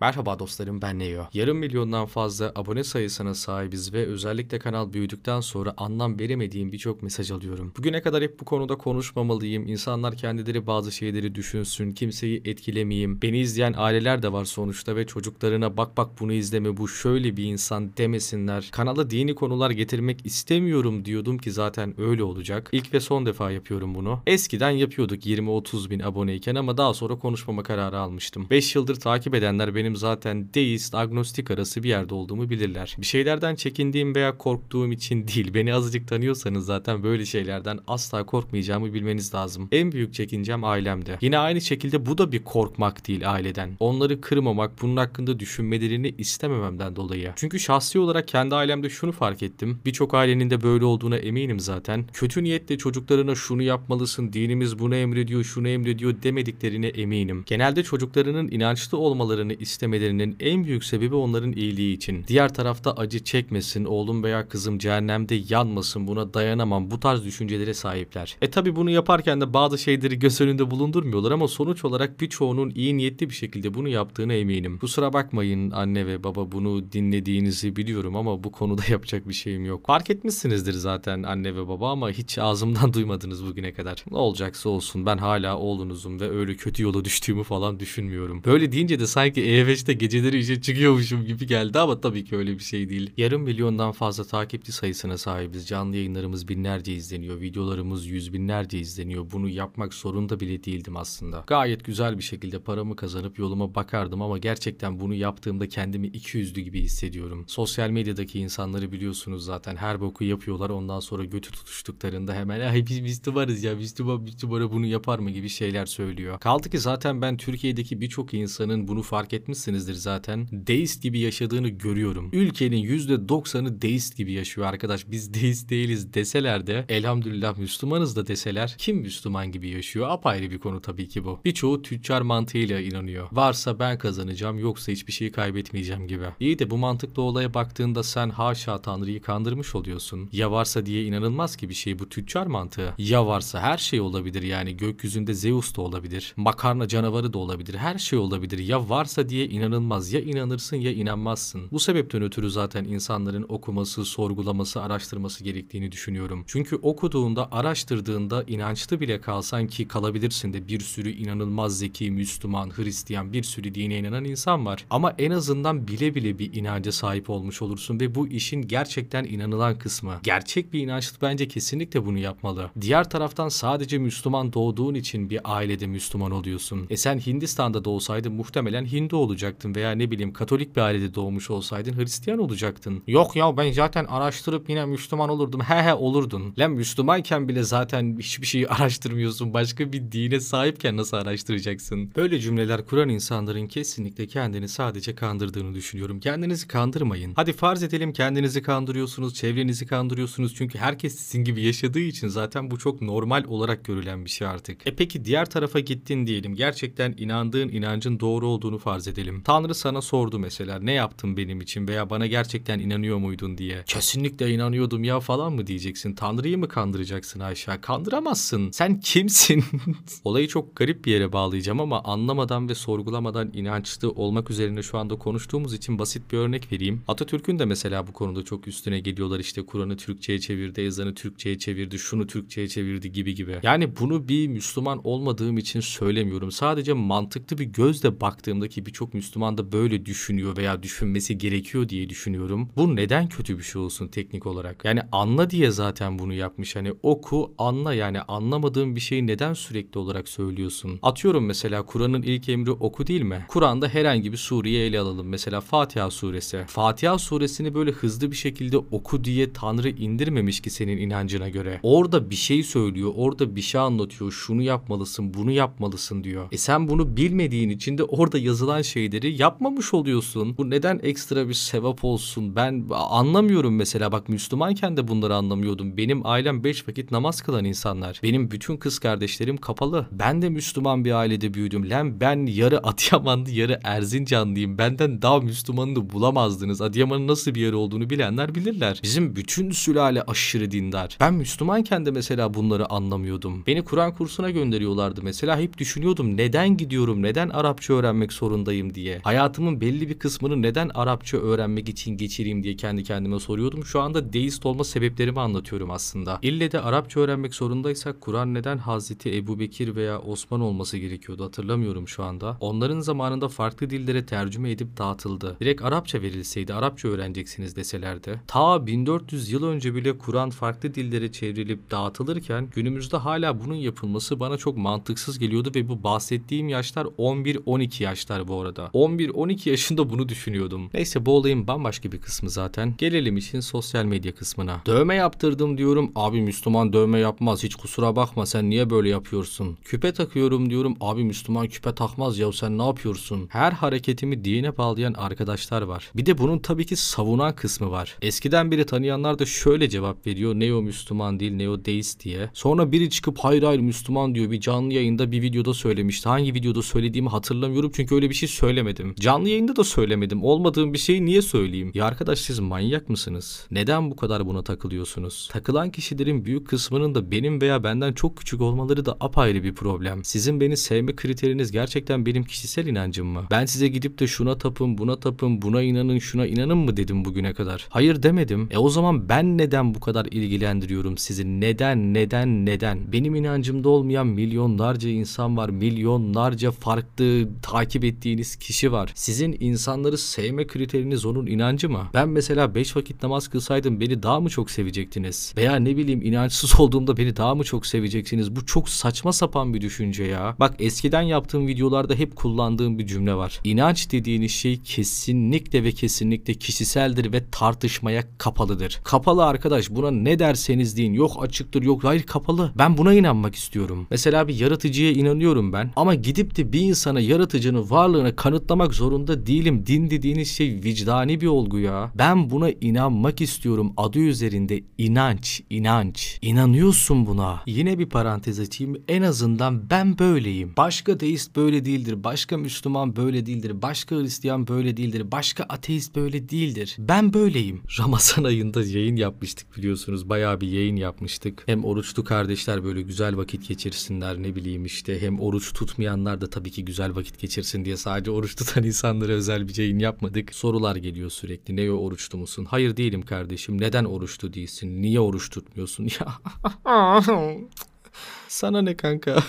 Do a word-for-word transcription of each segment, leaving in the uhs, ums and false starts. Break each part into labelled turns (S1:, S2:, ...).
S1: Merhaba dostlarım, ben Neo. Yarım milyondan fazla abone sayısına sahibiz ve özellikle kanal büyüdükten sonra anlam veremediğim birçok mesaj alıyorum. Bugüne kadar hep bu konuda konuşmamalıyım, insanlar kendileri bazı şeyleri düşünsün, kimseyi etkilemeyeyim. Beni izleyen aileler de var sonuçta ve çocuklarına bak bak bunu izleme, bu şöyle bir insan demesinler. Kanala dini konular getirmek istemiyorum diyordum ki zaten öyle olacak. İlk ve son defa yapıyorum bunu. Eskiden yapıyorduk yirmi otuz bin aboneyken ama daha sonra konuşmama kararı almıştım. beş yıldır takip edenler benim zaten deist, agnostik arası bir yerde olduğumu bilirler. Bir şeylerden çekindiğim veya korktuğum için değil. Beni azıcık tanıyorsanız zaten böyle şeylerden asla korkmayacağımı bilmeniz lazım. En büyük çekincem ailemde. Yine aynı şekilde bu da bir korkmak değil aileden. Onları kırmamak, bunun hakkında düşünmelerini istemememden dolayı. Çünkü şahsi olarak kendi ailemde şunu fark ettim. Birçok ailenin de böyle olduğuna eminim zaten. Kötü niyetle çocuklarına şunu yapmalısın, dinimiz bunu emrediyor, şunu emrediyor demediklerine eminim. Genelde çocuklarının inançlı olmalarını istemelerinin en büyük sebebi onların iyiliği için. Diğer tarafta acı çekmesin, oğlum veya kızım cehennemde yanmasın, buna dayanamam, bu tarz düşüncelere sahipler. E tabi bunu yaparken de bazı şeyleri göz önünde bulundurmuyorlar ama sonuç olarak birçoğunun iyi niyetli bir şekilde bunu yaptığına eminim. Kusura bakmayın anne ve baba, bunu dinlediğinizi biliyorum ama bu konuda yapacak bir şeyim yok. Fark etmişsinizdir zaten anne ve baba ama hiç ağzımdan duymadınız bugüne kadar. Ne olacaksa olsun, ben hala oğlunuzum ve öyle kötü yola düştüğümü falan düşünmüyorum. Böyle deyince de sanki E F H'te geceleri işe çıkıyormuşum gibi geldi ama tabii ki öyle bir şey değil. Yarım milyondan fazla takipçi sayısına sahibiz. Canlı yayınlarımız binlerce izleniyor. Videolarımız yüz binlerce izleniyor. Bunu yapmak zorunda bile değildim aslında. Gayet güzel bir şekilde paramı kazanıp yoluma bakardım ama gerçekten bunu yaptığımda kendimi iki yüzlü gibi hissediyorum. Sosyal medyadaki insanları biliyorsunuz zaten, her boku yapıyorlar. Ondan sonra götü tutuştuklarında hemen ay biz Müslümanız ya, Müslüman Müslümana bunu yapar mı gibi şeyler söylüyor. Kaldı ki zaten ben Türkiye'deki birçok insanın bunu fark etmişsinizdir zaten. Deist gibi yaşadığını görüyorum. Ülkenin yüzde doksanı deist gibi yaşıyor arkadaş. Biz deist değiliz deseler de elhamdülillah Müslümanız da deseler, kim Müslüman gibi yaşıyor? Apayrı bir konu tabii ki bu. Birçoğu tüccar mantığıyla inanıyor. Varsa ben kazanacağım, yoksa hiçbir şeyi kaybetmeyeceğim gibi. İyi de bu mantıklı olaya baktığında sen haşa Tanrı'yı kandırmış oluyorsun. Ya varsa diye inanılmaz ki bir şey, bu tüccar mantığı. Ya varsa her şey olabilir, yani gökyüzünde Zeus da olabilir. Makarna canavarı da olabilir. Her şey olabilir. Ya varsa diye inanılmaz. Ya inanırsın ya inanmazsın. Bu sebepten ötürü zaten insanların okuması, sorgulaması, araştırması gerektiğini düşünüyorum. Çünkü okuduğunda, araştırdığında inançlı bile kalsan, ki kalabilirsin de, bir sürü inanılmaz zeki, Müslüman, Hristiyan, bir sürü dine inanan insan var. Ama en azından bile bile bir inanca sahip olmuş olursun ve bu işin gerçekten inanılan kısmı. Gerçek bir inançlı bence kesinlikle bunu yapmalı. Diğer taraftan sadece Müslüman doğduğun için bir ailede Müslüman oluyorsun. E sen Hindistan'da doğsaydın muhtemelen Hindu olacaktın veya ne bileyim Katolik bir ailede doğmuş olsaydın Hristiyan olacaktın. Yok ya ben zaten araştırıp yine Müslüman olurdum. He he olurdun. Lan Müslümanken bile zaten hiçbir şeyi araştırmıyorsun. Başka bir dine sahipken nasıl araştıracaksın? Böyle cümleler kuran insanların kesinlikle kendini sadece kandırdığını düşünüyorum. Kendinizi kandırmayın. Hadi farz edelim kendinizi kandırıyorsunuz, çevrenizi kandırıyorsunuz. Çünkü herkes sizin gibi yaşadığı için zaten bu çok normal olarak görülen bir şey artık. E peki diğer tarafa gittin diyelim. Gerçekten inandığın inancın doğru olduğunu farz edelim. Tanrı sana sordu mesela, ne yaptın benim için veya bana gerçekten inanıyor muydun diye. Kesinlikle inanıyordum ya falan mı diyeceksin? Tanrı'yı mı kandıracaksın Ayşe? Kandıramazsın. Sen kimsin? Olayı çok garip bir yere bağlayacağım ama anlamadan ve sorgulamadan inançlı olmak üzerine şu anda konuştuğumuz için basit bir örnek vereyim. Atatürk'ün de mesela bu konuda çok üstüne geliyorlar. İşte Kur'an'ı Türkçe'ye çevirdi, ezanı Türkçe'ye çevirdi, şunu Türkçe'ye çevirdi gibi gibi. Yani bunu bir Müslüman olmadığım için söylemiyorum. Sadece mantıklı bir gözle baktığımdaki birçok Müslüman da böyle düşünüyor veya düşünmesi gerekiyor diye düşünüyorum. Bu neden kötü bir şey olsun teknik olarak? Yani anla diye zaten bunu yapmış. Hani oku, anla, yani anlamadığın bir şeyi neden sürekli olarak söylüyorsun? Atıyorum mesela Kur'an'ın ilk emri oku değil mi? Kur'an'da herhangi bir sureyi ele alalım. Mesela Fatiha suresi. Fatiha suresini böyle hızlı bir şekilde oku diye Tanrı indirmemiş ki senin inancına göre. Orada bir şey söylüyor, orada bir şey anlatıyor. Şunu yapmalısın, bunu yapmalısın diyor. E sen bunu bilmediğin için de orada yazılan şeyleri yapmamış oluyorsun. Bu neden ekstra bir sevap olsun? Ben anlamıyorum mesela. Bak Müslümanken de bunları anlamıyordum. Benim ailem beş vakit namaz kılan insanlar. Benim bütün kız kardeşlerim kapalı. Ben de Müslüman bir ailede büyüdüm. Lan ben yarı Adıyamanlı yarı Erzincanlıyım. Benden daha Müslümanını bulamazdınız. Adıyaman'ın nasıl bir yer olduğunu bilenler bilirler. Bizim bütün sülale aşırı dindar. Ben Müslümanken de mesela bunları anlamıyordum. Beni Kur'an kursuna gönderiyorlardı mesela. Hep düşünüyordum neden gidiyorum, neden Arapça öğrenmek zorundayım geçireyim diye. Hayatımın belli bir kısmını neden Arapça öğrenmek için geçireyim diye kendi kendime soruyordum. Şu anda deist olma sebeplerimi anlatıyorum aslında. İlle de Arapça öğrenmek zorundaysak Kur'an neden Hazreti Ebubekir veya Osman olması gerekiyordu hatırlamıyorum şu anda. Onların zamanında farklı dillere tercüme edip dağıtıldı. Direkt Arapça verilseydi Arapça öğreneceksiniz deselerdi. Ta bin dört yüz yıl önce bile Kur'an farklı dillere çevrilip dağıtılırken günümüzde hala bunun yapılması bana çok mantıksız geliyordu ve bu bahsettiğim yaşlar on bir on iki yaşlar bu arada. on bir on iki yaşında bunu düşünüyordum. Neyse bu olayın bambaşka bir kısmı zaten. Gelelim işin sosyal medya kısmına. Dövme yaptırdım diyorum. Abi Müslüman dövme yapmaz. Hiç kusura bakma sen niye böyle yapıyorsun? Küpe takıyorum diyorum. Abi Müslüman küpe takmaz ya sen ne yapıyorsun? Her hareketimi dine bağlayan arkadaşlar var. Bir de bunun tabii ki savunan kısmı var. Eskiden beri tanıyanlar da şöyle cevap veriyor. Ne o Müslüman değil ne o deist diye. Sonra biri çıkıp hayır hayır Müslüman diyor. Bir canlı yayında bir videoda söylemişti. Hangi videoda söylediğimi hatırlamıyorum çünkü öyle bir şey söylemedim. Canlı yayında da söylemedim. Olmadığım bir şeyi niye söyleyeyim? Ya arkadaş siz manyak mısınız? Neden bu kadar buna takılıyorsunuz? Takılan kişilerin büyük kısmının da benim veya benden çok küçük olmaları da apayrı bir problem. Sizin beni sevme kriteriniz gerçekten benim kişisel inancım mı? Ben size gidip de şuna tapın, buna tapın, buna inanın, şuna inanın mı dedim bugüne kadar? Hayır demedim. E o zaman ben neden bu kadar ilgilendiriyorum sizi? Neden, neden, neden? Benim inancımda olmayan milyonlarca insan var. Milyonlarca farklı takip ettiğiniz kişi var. Sizin insanları sevme kriteriniz onun inancı mı? Ben mesela beş vakit namaz kılsaydım beni daha mı çok sevecektiniz? Veya ne bileyim inançsız olduğumda beni daha mı çok seveceksiniz? Bu çok saçma sapan bir düşünce ya. Bak eskiden yaptığım videolarda hep kullandığım bir cümle var. İnanç dediğiniz şey kesinlikle ve kesinlikle kişiseldir ve tartışmaya kapalıdır. Kapalı arkadaş buna ne derseniz deyin. Yok açıktır yok hayır kapalı. Ben buna inanmak istiyorum. Mesela bir yaratıcıya inanıyorum ben. Ama gidip de bir insana yaratıcının varlığını kanıtlamak zorunda değilim. Din dediğiniz şey vicdani bir olgu ya. Ben buna inanmak istiyorum. Adı üzerinde inanç, inanç. İnanıyorsun buna. Yine bir parantez açayım. En azından ben böyleyim. Başka deist böyle değildir. Başka Müslüman böyle değildir. Başka Hristiyan böyle değildir. Başka ateist böyle değildir. Ben böyleyim. Ramazan ayında yayın yapmıştık biliyorsunuz. Bayağı bir yayın yapmıştık. Hem oruçlu kardeşler böyle güzel vakit geçirsinler ne bileyim işte. Hem oruç tutmayanlar da tabii ki güzel vakit geçirsin diye sadece oruç tutan insanlara özel bir yayın yapmadık. Sorular geliyor sürekli. Ne o oruçlu musun? Hayır değilim kardeşim. Neden oruçlu değilsin? Niye oruç tutmuyorsun? Ya sana ne kanka?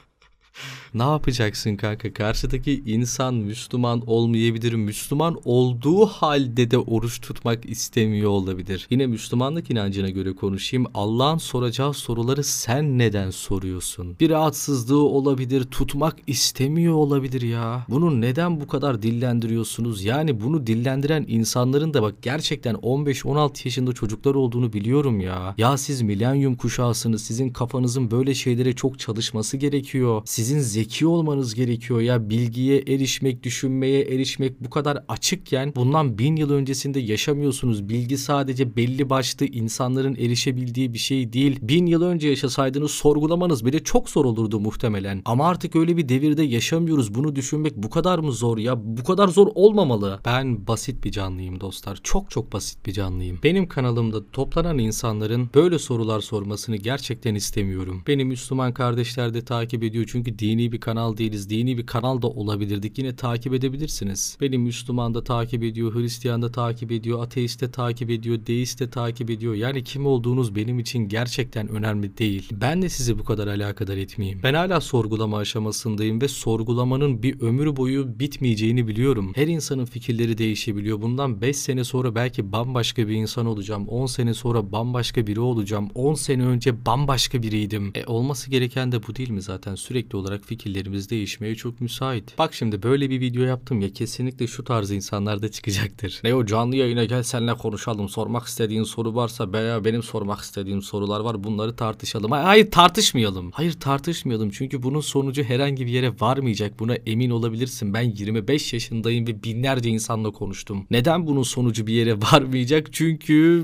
S1: Ne yapacaksın kanka? Karşıdaki insan Müslüman olmayabilir. Müslüman olduğu halde de oruç tutmak istemiyor olabilir. Yine Müslümanlık inancına göre konuşayım. Allah'ın soracağı soruları sen neden soruyorsun? Bir rahatsızlığı olabilir. Tutmak istemiyor olabilir ya. Bunu neden bu kadar dillendiriyorsunuz? Yani bunu dillendiren insanların da bak gerçekten on beş on altı yaşında çocuklar olduğunu biliyorum ya. Ya siz milenyum kuşağısınız. Sizin kafanızın böyle şeylere çok çalışması gerekiyor. Sizin zeki olmanız gerekiyor ya. Bilgiye erişmek, düşünmeye erişmek bu kadar açıkken bundan bin yıl öncesinde yaşamıyorsunuz. Bilgi sadece belli başlı insanların erişebildiği bir şey değil. Bin yıl önce yaşasaydınız sorgulamanız bile çok zor olurdu muhtemelen. Ama artık öyle bir devirde yaşamıyoruz. Bunu düşünmek bu kadar mı zor ya? Bu kadar zor olmamalı. Ben basit bir canlıyım dostlar. Çok çok basit bir canlıyım. Benim kanalımda toplanan insanların böyle sorular sormasını gerçekten istemiyorum. Beni Müslüman kardeşler de takip ediyor çünkü dini bir kanal değiliz. Dini bir kanal da olabilirdik. Yine takip edebilirsiniz. Beni Müslüman da takip ediyor, Hristiyan da takip ediyor, ateist de takip ediyor, deist de takip ediyor. Yani kim olduğunuz benim için gerçekten önemli değil. Ben de sizi bu kadar alakadar etmeyeyim. Ben hala sorgulama aşamasındayım ve sorgulamanın bir ömür boyu bitmeyeceğini biliyorum. Her insanın fikirleri değişebiliyor. Bundan beş sene sonra belki bambaşka bir insan olacağım. on sene sonra bambaşka biri olacağım. on sene önce bambaşka biriydim. E olması gereken de bu değil mi zaten? Sürekli olarak fikirlerimiz değişmeye çok müsait. Bak şimdi böyle bir video yaptım ya kesinlikle şu tarz insanlar da çıkacaktır. Ne o canlı yayına gel seninle konuşalım. Sormak istediğin soru varsa veya benim sormak istediğim sorular var bunları tartışalım. Hayır tartışmayalım. Hayır tartışmayalım çünkü bunun sonucu herhangi bir yere varmayacak. Buna emin olabilirsin. Ben yirmi beş yaşındayım ve binlerce insanla konuştum. Neden bunun sonucu bir yere varmayacak? Çünkü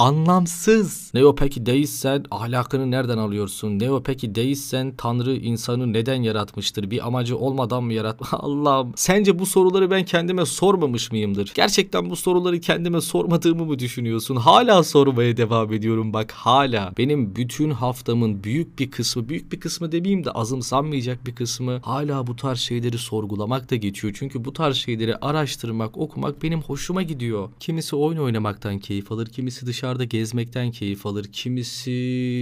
S1: anlamsız. Ne o peki deistsen ahlakını nereden alıyorsun? Ne o peki deistsen Tanrı insanı neden yarattı? yaratmıştır? Bir amacı olmadan mı yaratmış? Allah'ım. Sence bu soruları ben kendime sormamış mıyımdır? Gerçekten bu soruları kendime sormadığımı mı düşünüyorsun? Hala sormaya devam ediyorum bak, hala. Benim bütün haftamın büyük bir kısmı, büyük bir kısmı demeyeyim de azımsanmayacak bir kısmı hala bu tarz şeyleri sorgulamak da geçiyor. Çünkü bu tarz şeyleri araştırmak, okumak benim hoşuma gidiyor. Kimisi oyun oynamaktan keyif alır, kimisi dışarıda gezmekten keyif alır, kimisi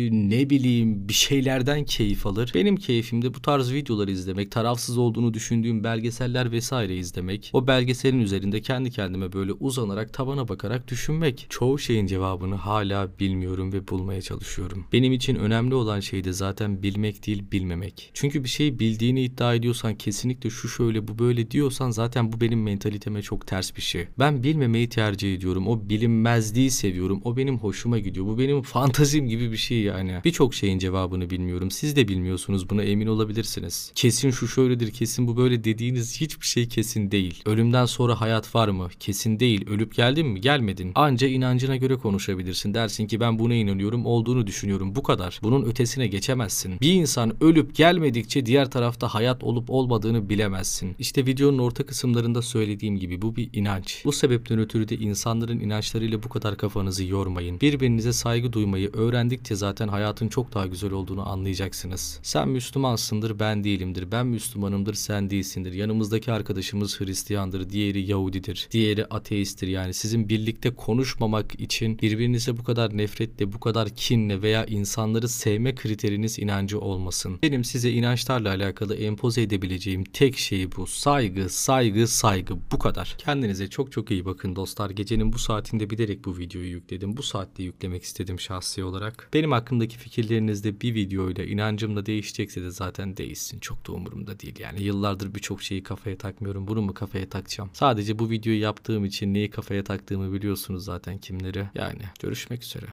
S1: ne bileyim bir şeylerden keyif alır. Benim keyfim de bu tarz videoları izlemek, tarafsız olduğunu düşündüğüm belgeseller vesaire izlemek. O belgeselin üzerinde kendi kendime böyle uzanarak, tavana bakarak düşünmek. Çoğu şeyin cevabını hala bilmiyorum ve bulmaya çalışıyorum. Benim için önemli olan şey de zaten bilmek değil, bilmemek. Çünkü bir şeyi bildiğini iddia ediyorsan, kesinlikle şu şöyle bu böyle diyorsan zaten bu benim mentaliteme çok ters bir şey. Ben bilmemeyi tercih ediyorum. O bilinmezliği seviyorum. O benim hoşuma gidiyor. Bu benim fantazim gibi bir şey yani. Birçok şeyin cevabını bilmiyorum. Siz de bilmiyorsunuz. Buna emin olabilirsiniz. Kesin şu şöyledir, kesin bu böyle dediğiniz hiçbir şey kesin değil. Ölümden sonra hayat var mı? Kesin değil. Ölüp geldin mi? Gelmedin. Anca inancına göre konuşabilirsin. Dersin ki ben buna inanıyorum, olduğunu düşünüyorum. Bu kadar. Bunun ötesine geçemezsin. Bir insan ölüp gelmedikçe diğer tarafta hayat olup olmadığını bilemezsin. İşte videonun orta kısımlarında söylediğim gibi bu bir inanç. Bu sebepten ötürü de insanların inançlarıyla bu kadar kafanızı yormayın. Birbirinize saygı duymayı öğrendikçe zaten hayatın çok daha güzel olduğunu anlayacaksınız. Sen Müslümansındır, ben değilimdir. Ben Müslümanımdır, sen değilsindir. Yanımızdaki arkadaşımız Hristiyandır, diğeri Yahudidir, diğeri ateisttir. Yani sizin birlikte konuşmamak için birbirinize bu kadar nefretle, bu kadar kinle veya insanları sevme kriteriniz inancı olmasın. Benim size inançlarla alakalı empoze edebileceğim tek şey bu. Saygı, saygı, saygı. Bu kadar. Kendinize çok çok iyi bakın dostlar. Gecenin bu saatinde bilerek bu videoyu yükledim. Bu saatte yüklemek istedim şahsi olarak. Benim hakkımdaki fikirleriniz de bir videoyla, inancımla değişecekse de zaten değişsin. Çok da umurumda değil. Yani yıllardır birçok şeyi kafaya takmıyorum. Bunu mu kafaya takacağım? Sadece bu videoyu yaptığım için neyi kafaya taktığımı biliyorsunuz zaten, kimleri. Yani görüşmek üzere.